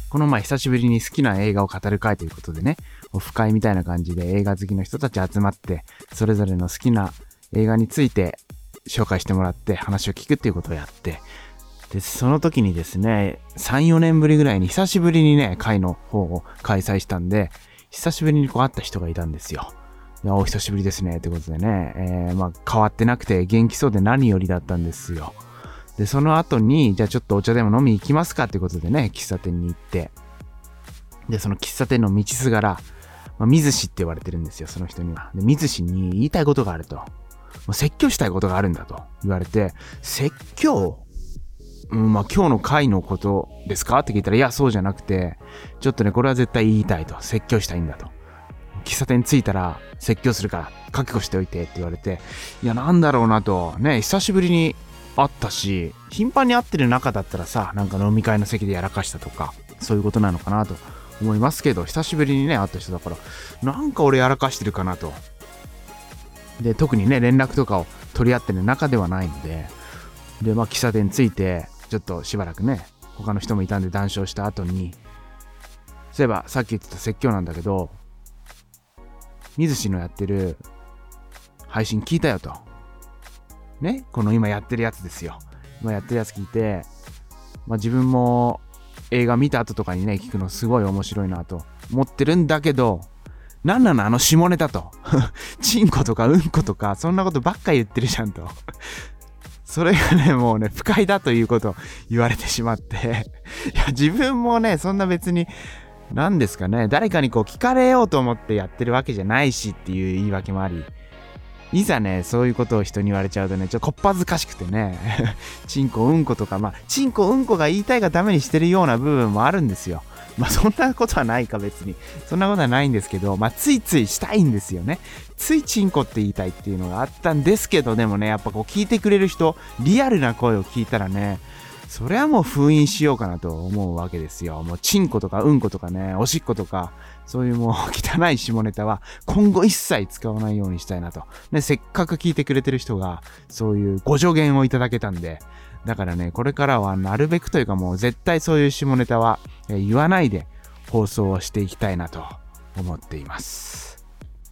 この前久しぶりに好きな映画を語る会ということでね、オフ会みたいな感じで映画好きの人たち集まって、それぞれの好きな映画について紹介してもらって話を聞くっていうことをやって、で、その時にですね、3、4年ぶりぐらいに久しぶりにね、会の方を開催したんで、久しぶりに会った人がいたんですよ。いや、お久しぶりですね、ってことでね、変わってなくて元気そうで何よりだったんですよ。で、その後に、じゃあちょっとお茶でも飲み行きますかってことでね、喫茶店に行って、で、その喫茶店の道すがら、水師って言われてるんですよ、その人には。で、水師に言いたいことがあると。もう説教したいことがあるんだと言われて、説教？今日の会のことですかって聞いたら、いや、そうじゃなくて、ちょっとね、これは絶対言いたいと。説教したいんだと。喫茶店着いたら説教するから覚悟しておいてって言われて、いや、なんだろうなと。ね、久しぶりに会ったし、頻繁に会ってる中だったらさ、なんか飲み会の席でやらかしたとか、そういうことなのかなと思いますけど、久しぶりにね、会った人だから、なんか俺やらかしてるかなと。で、特にね、連絡とかを取り合ってる中ではないので、で、喫茶店着いて、ちょっとしばらくね、他の人もいたんで談笑した後に、そういえばさっき言ってた説教なんだけど、水氏のやってる配信聞いたよと。ね、この今やってるやつですよ。今やってるやつ聞いて、自分も映画見た後とかにね、聞くのすごい面白いなと思ってるんだけど、なんなのあの下ネタと。チンコとかうんことか、そんなことばっか言ってるじゃんと。それがね、もうね、不快だということを言われてしまって、いや、自分もね、そんな別に、何ですかね、誰かにこう聞かれようと思ってやってるわけじゃないしっていう言い訳もあり、いざね、そういうことを人に言われちゃうとね、ちょっとこっぱずかしくてね、チンコうんことか、チンコうんこが言いたいがためにしてるような部分もあるんですよ。そんなことはないか別に。そんなことはないんですけど、ついついしたいんですよね。ついチンコって言いたいっていうのがあったんですけど、でもね、やっぱこう聞いてくれる人、リアルな声を聞いたらね、それはもう封印しようかなと思うわけですよ。もうチンコとかうんことかね、おしっことか、そういうもう汚い下ネタは今後一切使わないようにしたいなと。ね、せっかく聞いてくれてる人が、そういうご助言をいただけたんで、だからね、これからはなるべくというかもう絶対そういう下ネタは言わないで放送をしていきたいなと思っています。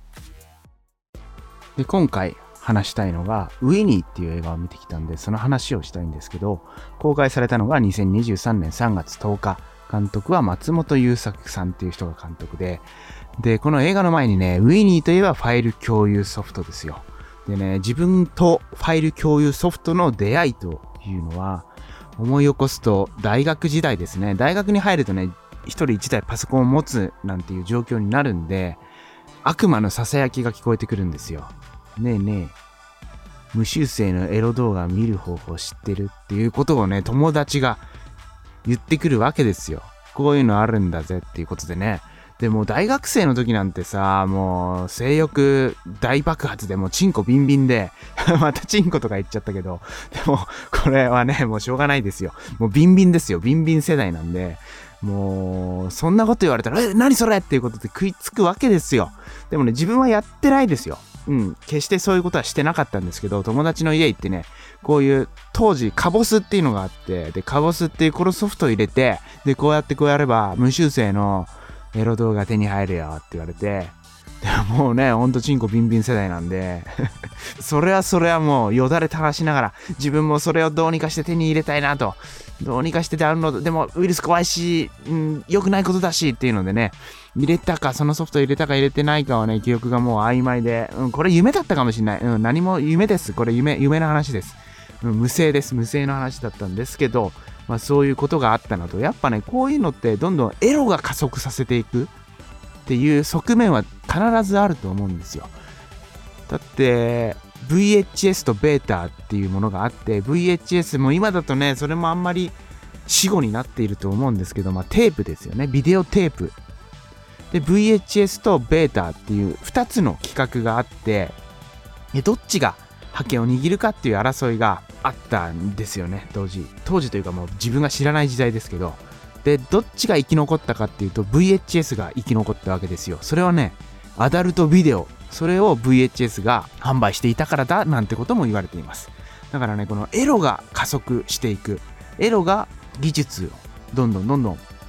で、今回話したいのがウィニーっていう映画を見てきたんで、その話をしたいんですけど、公開されたのが2023年3月10日。監督は松本優作さんっていう人が監督で、この映画の前にね、ウィニーといえばファイル共有ソフトですよ。でね、自分とファイル共有ソフトの出会いというのは、思い起こすと大学時代ですね。大学に入るとね、一人一台パソコンを持つなんていう状況になるんで、悪魔の囁きが聞こえてくるんですよ。ねえねえ、無修正のエロ動画見る方法知ってるっていうことをね、友達が言ってくるわけですよ。こういうのあるんだぜっていうことでね。でも大学生の時なんてさ、もう性欲大爆発でもうチンコビンビンでまたチンコとか言っちゃったけど、でもこれはね、もうしょうがないですよ。もうビンビンですよ。ビンビン世代なんで、もうそんなこと言われたら何それっていうことで食いつくわけですよ。でもね、自分はやってないですよ。決してそういうことはしてなかったんですけど、友達の家行ってね、こういう当時カボスっていうのがあって、でカボスっていうこのソフトを入れて、でこうやってこうやれば無修正のエロ動画手に入るよって言われて、でもうね、ほんとチンコビンビン世代なんでそれはもうよだれ垂らしながら、自分もそれをどうにかして手に入れたいなと、どうにかしてダウンロード、でもウイルス怖いし、良くないことだしっていうのでね、入れたか、そのソフト入れたか入れてないかはね、記憶がもう曖昧で、これ夢だったかもしれない。何も夢です。これ夢の話です。無声です。無声の話だったんですけど、そういうことがあったのと、やっぱね、こういうのってどんどんエロが加速させていくっていう側面は必ずあると思うんですよ。だって、VHS とベータっていうものがあって、VHS も今だとね、それもあんまり死語になっていると思うんですけど、テープですよね。ビデオテープ。で、VHS とベータっていう2つの規格があって、どっちが覇権を握るかっていう争いがあったんですよね、当時というかもう自分が知らない時代ですけど。で、どっちが生き残ったかっていうと VHS が生き残ったわけですよ。それはね、アダルトビデオ、それを VHS が販売していたからだなんてことも言われています。だからね、このエロが加速していく、エロが技術をどんどん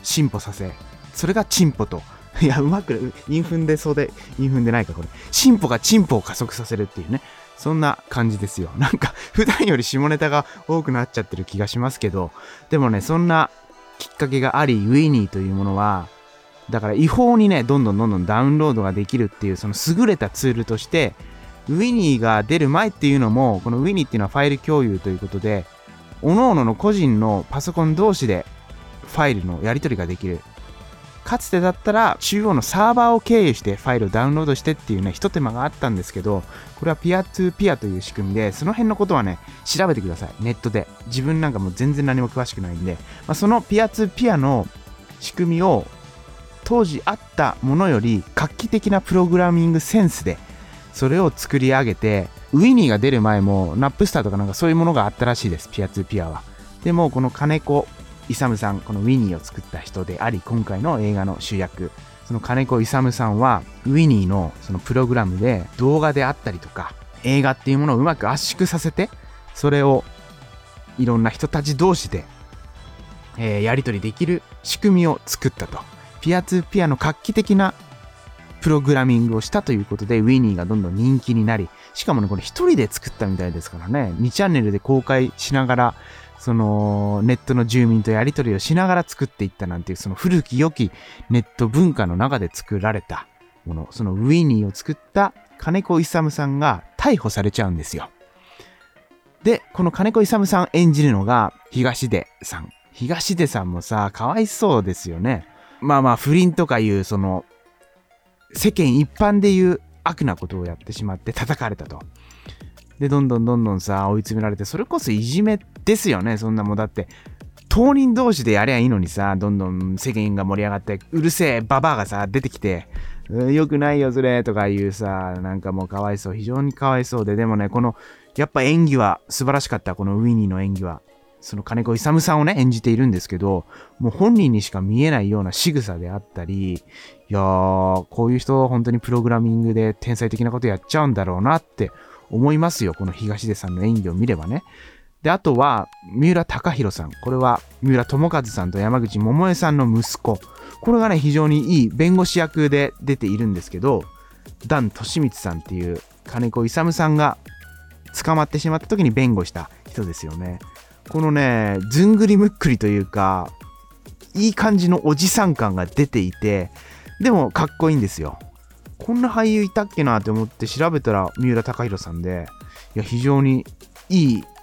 進歩させ、それがチンポと、いやうまく韻踏んでそうで韻踏んでないかこれ、進歩がチンポを加速させるっていうね、そんな感じですよ。なんか普段より下ネタが多くなっちゃってる気がしますけど、でもね、そんなきっかけがあり、ウィニーというものはだから違法にねどんどんダウンロードができるっていう、その優れたツールとしてウィニーが出る前っていうのも、このウィニーっていうのはファイル共有ということで、各々の個人のパソコン同士でファイルのやり取りができる。かつてだったら中央のサーバーを経由してファイルをダウンロードしてっていうね、一手間があったんですけど、これはピアトゥーピアという仕組みで、その辺のことはね調べてください、ネットで。自分なんかもう全然何も詳しくないんで、そのピアトゥーピアの仕組みを当時あったものより画期的なプログラミングセンスでそれを作り上げて、ウィニーが出る前もナップスターとかなんかそういうものがあったらしいです、ピアトゥーピアは。でもこの金子勇さん、このウィニーを作った人であり、今回の映画の主役、その金子勇さんはウィニーのそのプログラムで動画であったりとか映画っていうものをうまく圧縮させて、それをいろんな人たち同士で、やり取りできる仕組みを作ったと。ピアトゥーピアの画期的なプログラミングをしたということで、ウィニーがどんどん人気になり、しかもねこれ一人で作ったみたいですからね、2チャンネルで公開しながら、そのネットの住民とやり取りをしながら作っていったなんていう、その古き良きネット文化の中で作られたもの、そのウィニーを作った金子勇さんが逮捕されちゃうんですよ。で、この金子勇さん演じるのが東出さん。東出さんもさ、かわいそうですよね。不倫とかいうその世間一般でいう悪なことをやってしまって叩かれたと。でどんどんさ追い詰められて、それこそいじめですよね。そんなもんだって当人同士でやりゃいいのにさ、どんどん世間が盛り上がって、うるせえババアがさ出てきて、よくないよそれとかいうさ、なんかもうかわいそう、非常にかわいそうで。でもね、このやっぱ演技は素晴らしかった。このウィニーの演技は、その金子勇さんをね演じているんですけど、もう本人にしか見えないような仕草であったり、いやー、こういう人本当にプログラミングで天才的なことやっちゃうんだろうなって思いますよ、この東出さんの演技を見ればね。で、あとは三浦貴大さん、これは三浦友和さんと山口百恵さんの息子、これがね非常にいい弁護士役で出ているんですけど、段利光さんっていう金子勇さんが捕まってしまった時に弁護した人ですよね。このねずんぐりむっくりというか、いい感じのおじさん感が出ていて、でもかっこいいんですよ。こんな俳優いたっけなって思って調べたら三浦貴大さんで、いや非常にいい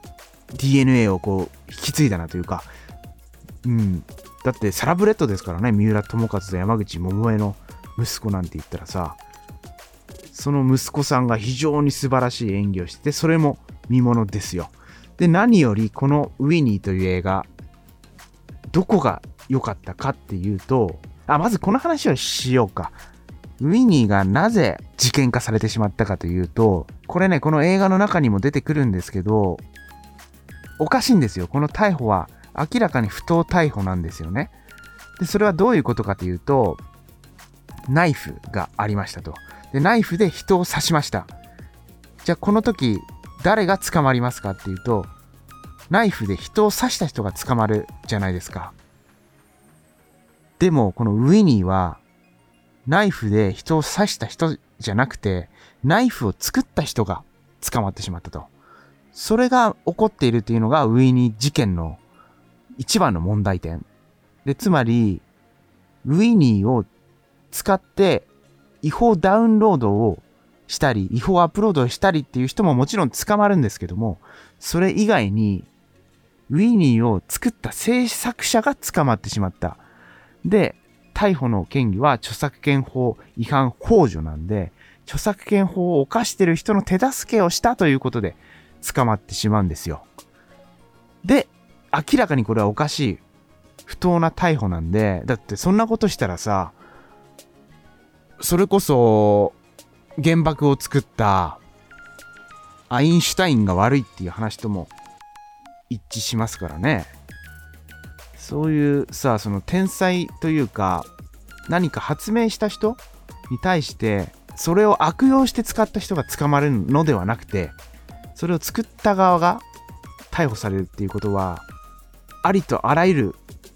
DNA をこう引き継いだなというか、だってサラブレッドですからね、三浦友和と山口百恵の息子なんて言ったらさ、その息子さんが非常に素晴らしい演技をして、それも見ものですよ。で、何よりこのウィニーという映画、どこが良かったかっていうと、まずこの話をしようか。ウィニーがなぜ事件化されてしまったかというと、これね、この映画の中にも出てくるんですけど、おかしいんですよ。この逮捕は明らかに不当逮捕なんですよね。で、それはどういうことかというと、ナイフがありましたと。で、ナイフで人を刺しました。じゃあこの時誰が捕まりますかっていうと、ナイフで人を刺した人が捕まるじゃないですか。でもこのウィニーはナイフで人を刺した人じゃなくて、ナイフを作った人が捕まってしまったと。それが起こっているというのがウィニー事件の一番の問題点で、つまりウィニーを使って違法ダウンロードをしたり違法アップロードをしたりっていう人ももちろん捕まるんですけども、それ以外にウィニーを作った制作者が捕まってしまった。で、逮捕の嫌疑は著作権法違反幇助なんで、著作権法を犯している人の手助けをしたということで捕まってしまうんですよ。で、明らかにこれはおかしい不当な逮捕なんで、だってそんなことしたらさ、それこそ原爆を作ったアインシュタインが悪いっていう話とも一致しますからね。そういうさ、その天才というか何か発明した人に対してそれを悪用して使った人が捕まるのではなくて、それを作った側が逮捕されるっていうことは、ありとあらゆる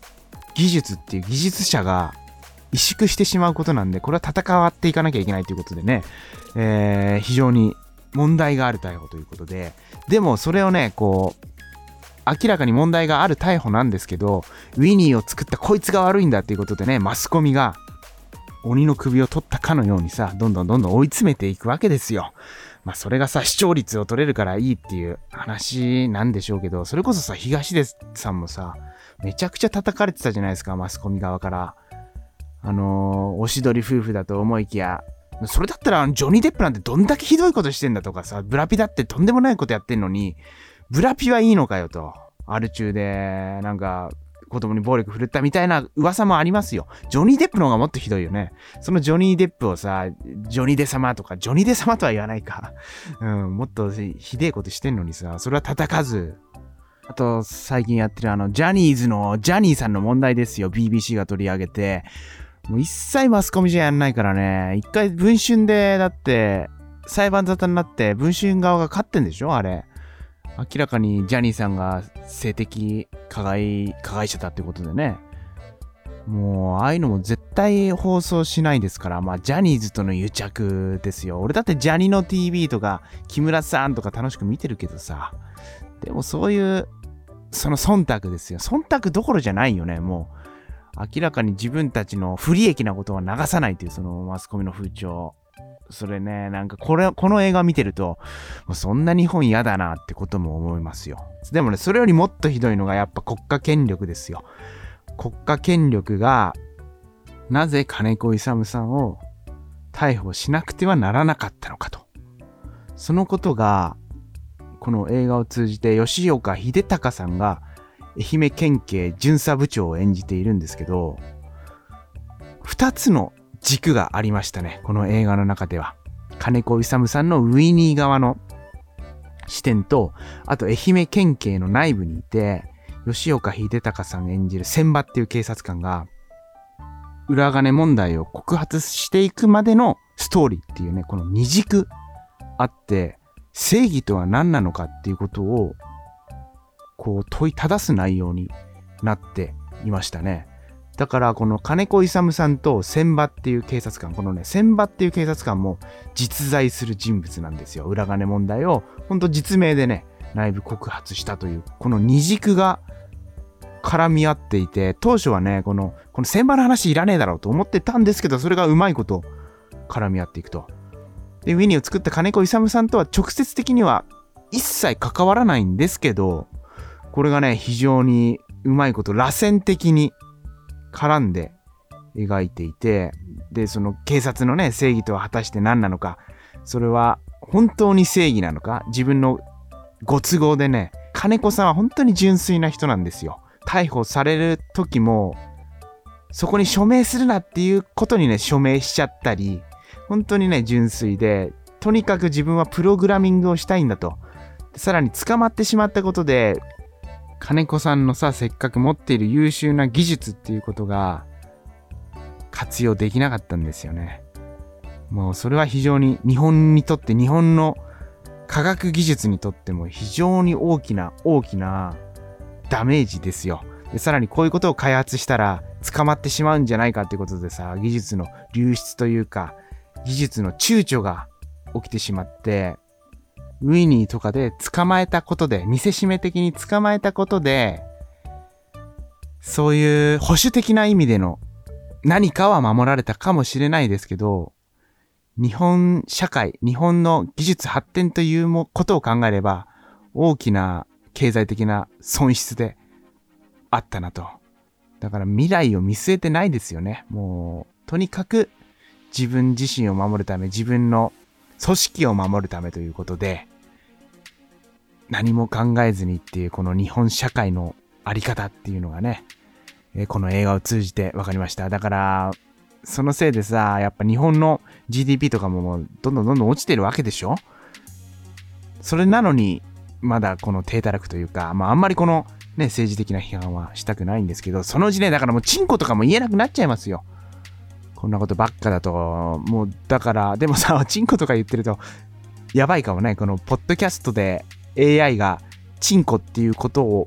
技術っていう技術者が萎縮してしまうことなんで、これは戦わっていかなきゃいけないということでね、非常に問題がある逮捕ということで、でもそれをね、こう明らかに問題がある逮捕なんですけど、ウィニーを作ったこいつが悪いんだっていうことでね、マスコミが鬼の首を取ったかのようにさ、どんどん追い詰めていくわけですよ。まあそれがさ、視聴率を取れるからいいっていう話なんでしょうけど、それこそさ、東出さんもさ、めちゃくちゃ叩かれてたじゃないですか、マスコミ側から。おしどり夫婦だと思いきや、それだったらジョニー・デップなんてどんだけひどいことしてんだとかさ、ブラピだってとんでもないことやってんのに、ブラピはいいのかよと。アル中でなんか子供に暴力振るったみたいな噂もありますよ。ジョニー・デップの方がもっとひどいよね。そのジョニー・デップをさ、ジョニー・デ様とか、ジョニー・デ様とは言わないか。もっとひでえことしてんのにさ、それは叩かず。あと最近やってるジャニーズのジャニーさんの問題ですよ。 BBC が取り上げて、もう一切マスコミじゃやんないからね。一回文春でだって裁判沙汰になって文春側が勝ってんでしょあれ。明らかにジャニーさんが性的加害者だってことでね。もうああいうのも絶対放送しないですから、まあジャニーズとの癒着ですよ。俺だってジャニの TV とか木村さんとか楽しく見てるけどさ、でもそういうその忖度ですよ。忖度どころじゃないよね。もう明らかに自分たちの不利益なことは流さないというそのマスコミの風潮。それね、なんかこの映画見てると、もうそんな日本嫌だなってことも思いますよ。でもね、それよりもっとひどいのがやっぱ国家権力ですよ。国家権力がなぜ金子勇さんを逮捕しなくてはならなかったのかと。そのことがこの映画を通じて吉岡秀隆さんが愛媛県警巡査部長を演じているんですけど、2つの軸がありましたね、この映画の中では。金子勇さんのウィニー側の視点と、あと愛媛県警の内部にいて吉岡秀隆さん演じる千葉っていう警察官が裏金問題を告発していくまでのストーリーっていうね、この二軸あって、正義とは何なのかっていうことをこう問いただす内容になっていましたね。だからこの金子勇さんと千葉っていう警察官、このね千葉っていう警察官も実在する人物なんですよ。裏金問題をほんと実名でね内部告発したという、この二軸が絡み合っていて、当初はねこの千葉の話いらねえだろうと思ってたんですけど、それがうまいこと絡み合っていくと。でウィニーを作った金子勇さんとは直接的には一切関わらないんですけど、これがね非常にうまいこと螺旋的に絡んで描いていて、でその警察のね正義とは果たして何なのか、それは本当に正義なのか、自分のご都合でね、金子さんは本当に純粋な人なんですよ。逮捕される時もそこに署名するなっていうことにね署名しちゃったり、本当にね純粋で、とにかく自分はプログラミングをしたいんだと。さらに捕まってしまったことで金子さんのさ、せっかく持っている優秀な技術っていうことが活用できなかったんですよね。もうそれは非常に日本にとって、日本の科学技術にとっても非常に大きなダメージですよ。でさらにこういうことを開発したら捕まってしまうんじゃないかってことでさ、技術の流出というか技術の躊躇が起きてしまって、ウィニーとかで捕まえたことで、見せしめ的に捕まえたことで、そういう保守的な意味での何かは守られたかもしれないですけど、日本社会、日本の技術発展ということを考えれば大きな経済的な損失であったなと。だから未来を見据えてないですよね。もうとにかく自分自身を守るため、自分の組織を守るためということで何も考えずにっていう、この日本社会のあり方っていうのがね、この映画を通じて分かりました。だからそのせいでさ、やっぱ日本の GDP とかもどんどん落ちてるわけでしょ。それなのにまだこの低たらくというか、まああんまりこのね政治的な批判はしたくないんですけど、そのうちね、だからもうチンコとかも言えなくなっちゃいますよ。こんなことばっかだと。もうだからでもさ、チンコとか言ってるとやばいかもね。このポッドキャストで AI がチンコっていうことを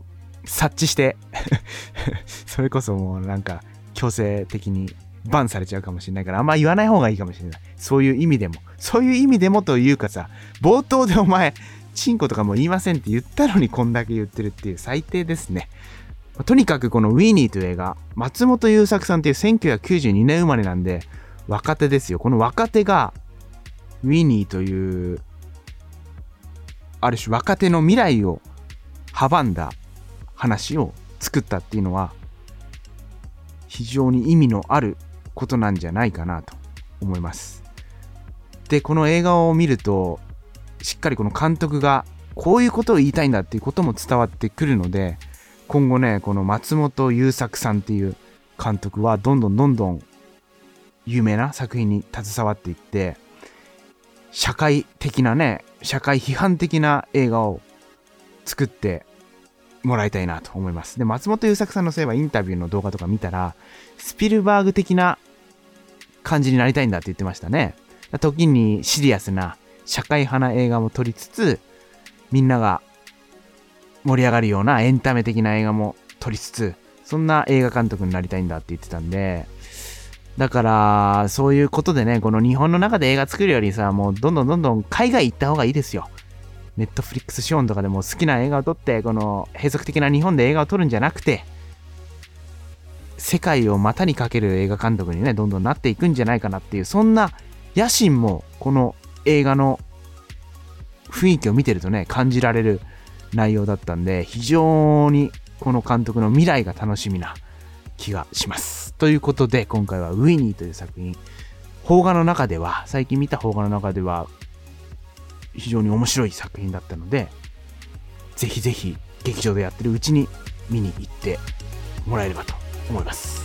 察知してそれこそもうなんか強制的にバンされちゃうかもしれないから、あんま言わない方がいいかもしれない。そういう意味でもというかさ、冒頭でお前チンコとかも言いませんって言ったのにこんだけ言ってるっていう最低ですね。とにかくこのウィニーという映画、松本優作さんっていう1992年生まれなんで若手ですよ。この若手がウィニーというある種若手の未来を阻んだ話を作ったっていうのは非常に意味のあることなんじゃないかなと思います。で、この映画を見るとしっかりこの監督がこういうことを言いたいんだっていうことも伝わってくるので、今後ね、この松本優作さんっていう監督はどんどん有名な作品に携わっていって、社会的なね、社会批判的な映画を作ってもらいたいなと思います。で、松本優作さんのそういえばインタビューの動画とか見たら、スピルバーグ的な感じになりたいんだって言ってましたね。時にシリアスな社会派な映画も撮りつつ、みんなが盛り上がるようなエンタメ的な映画も撮りつつ、そんな映画監督になりたいんだって言ってたんで、だからそういうことでね、この日本の中で映画作るよりさ、もうどんどん海外行った方がいいですよ。ネットフリックスショーンとかでも好きな映画を撮って、この閉塞的な日本で映画を撮るんじゃなくて、世界を股にかける映画監督にね、どんどんなっていくんじゃないかなっていう、そんな野心もこの映画の雰囲気を見てるとね、感じられる内容だったんで、非常にこの監督の未来が楽しみな気がします。ということで、今回はウィニーという作品、邦画の中では、最近見た邦画の中では非常に面白い作品だったので、ぜひ劇場でやってるうちに見に行ってもらえればと思います。